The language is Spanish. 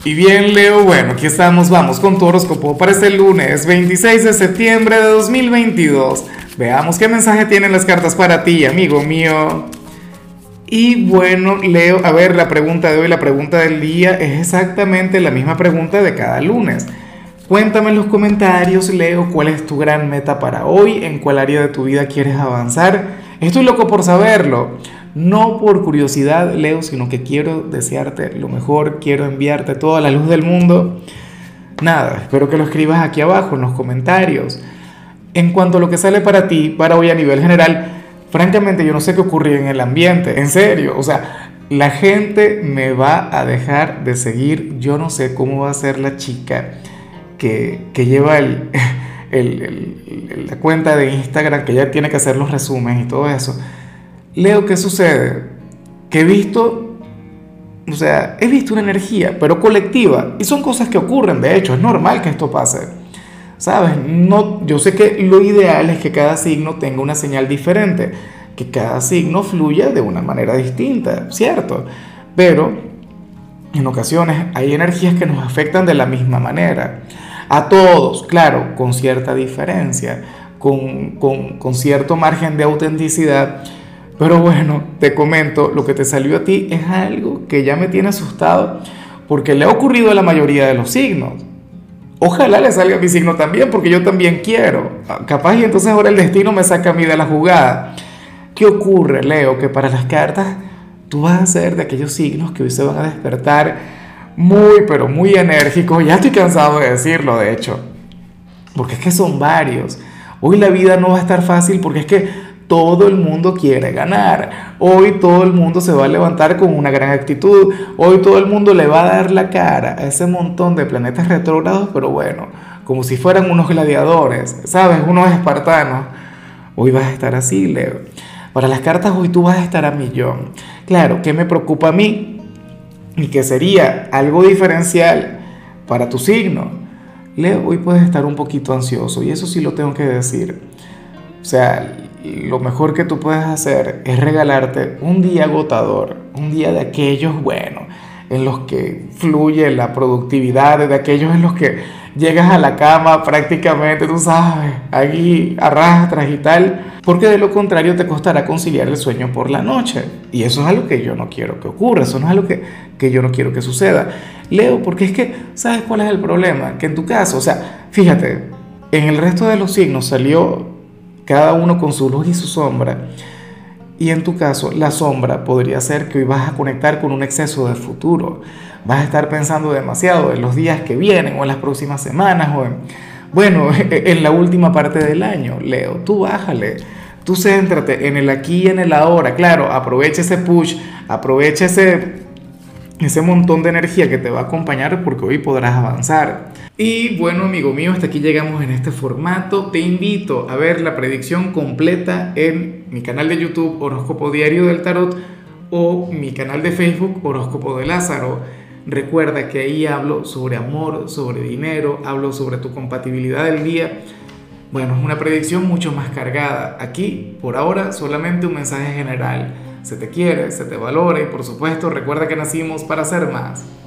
Y bien, Leo, bueno, aquí estamos, vamos con tu horóscopo para este lunes 26 de septiembre de 2022. Veamos qué mensaje tienen las cartas para ti, amigo mío. Y bueno, Leo, a ver, la pregunta de hoy, la pregunta del día es exactamente la misma pregunta de cada lunes. Cuéntame en los comentarios, Leo, cuál es tu gran meta para hoy, en cuál área de tu vida quieres avanzar. Estoy loco por saberlo. No por curiosidad, Leo, sino que quiero desearte lo mejor, quiero enviarte toda la luz del mundo. Nada, espero que lo escribas aquí abajo en los comentarios. En cuanto a lo que sale para ti, para hoy a nivel general, francamente yo no sé qué ocurrió en el ambiente, en serio, o sea, la gente me va a dejar de seguir, yo no sé cómo va a ser la chica que lleva la cuenta de Instagram, que ya tiene que hacer los resúmenes y todo eso. Leo, ¿qué sucede? Que he visto, o sea, he visto una energía, pero colectiva, y son cosas que ocurren, de hecho, es normal que esto pase, ¿sabes? No, yo sé que lo ideal es que cada signo tenga una señal diferente, que cada signo fluya de una manera distinta, ¿cierto? Pero en ocasiones hay energías que nos afectan de la misma manera. A todos, claro, con cierta diferencia, con cierto margen de autenticidad. Pero bueno, te comento, lo que te salió a ti es algo que ya me tiene asustado porque le ha ocurrido a la mayoría de los signos. Ojalá le salga a mi signo también porque yo también quiero. Capaz y entonces ahora el destino me saca a mí de la jugada. ¿Qué ocurre, Leo? Que para las cartas tú vas a ser de aquellos signos que hoy se van a despertar muy, pero muy enérgicos. Ya estoy cansado de decirlo, de hecho. Porque es que son varios. Hoy la vida no va a estar fácil porque es que todo el mundo quiere ganar. Hoy todo el mundo se va a levantar con una gran actitud. Hoy todo el mundo le va a dar la cara a ese montón de planetas retrógrados, pero bueno, como si fueran unos gladiadores, ¿sabes? Unos espartanos. Hoy vas a estar así, Leo. Para las cartas hoy tú vas a estar a millón. Claro, ¿qué me preocupa a mí? Y que sería algo diferencial para tu signo. Leo, hoy puedes estar un poquito ansioso y eso sí lo tengo que decir. O sea, lo mejor que tú puedes hacer es regalarte un día agotador, un día de aquellos, bueno, en los que fluye la productividad, de aquellos en los que llegas a la cama prácticamente, tú sabes, aquí arrastras y tal, porque de lo contrario te costará conciliar el sueño por la noche. Y eso es algo que yo no quiero que ocurra, eso no es algo que yo no quiero que suceda. Leo, porque es que, ¿sabes cuál es el problema? Que en tu caso, o sea, fíjate, en el resto de los signos salió cada uno con su luz y su sombra. Y en tu caso, la sombra podría ser que hoy vas a conectar con un exceso de futuro. Vas a estar pensando demasiado en los días que vienen o en las próximas semanas o en, bueno, en la última parte del año. Leo, tú bájale. Tú céntrate en el aquí y en el ahora. Claro, aprovecha ese push, aprovecha ese montón de energía que te va a acompañar porque hoy podrás avanzar. Y bueno, amigo mío, hasta aquí llegamos en este formato. Te invito a ver la predicción completa en mi canal de YouTube Horóscopo Diario del Tarot o mi canal de Facebook Horóscopo de Lázaro. Recuerda que ahí hablo sobre amor, sobre dinero, hablo sobre tu compatibilidad del día. Bueno, es una predicción mucho más cargada. Aquí, por ahora, solamente un mensaje general. Se te quiere, se te valora y por supuesto recuerda que nacimos para ser más.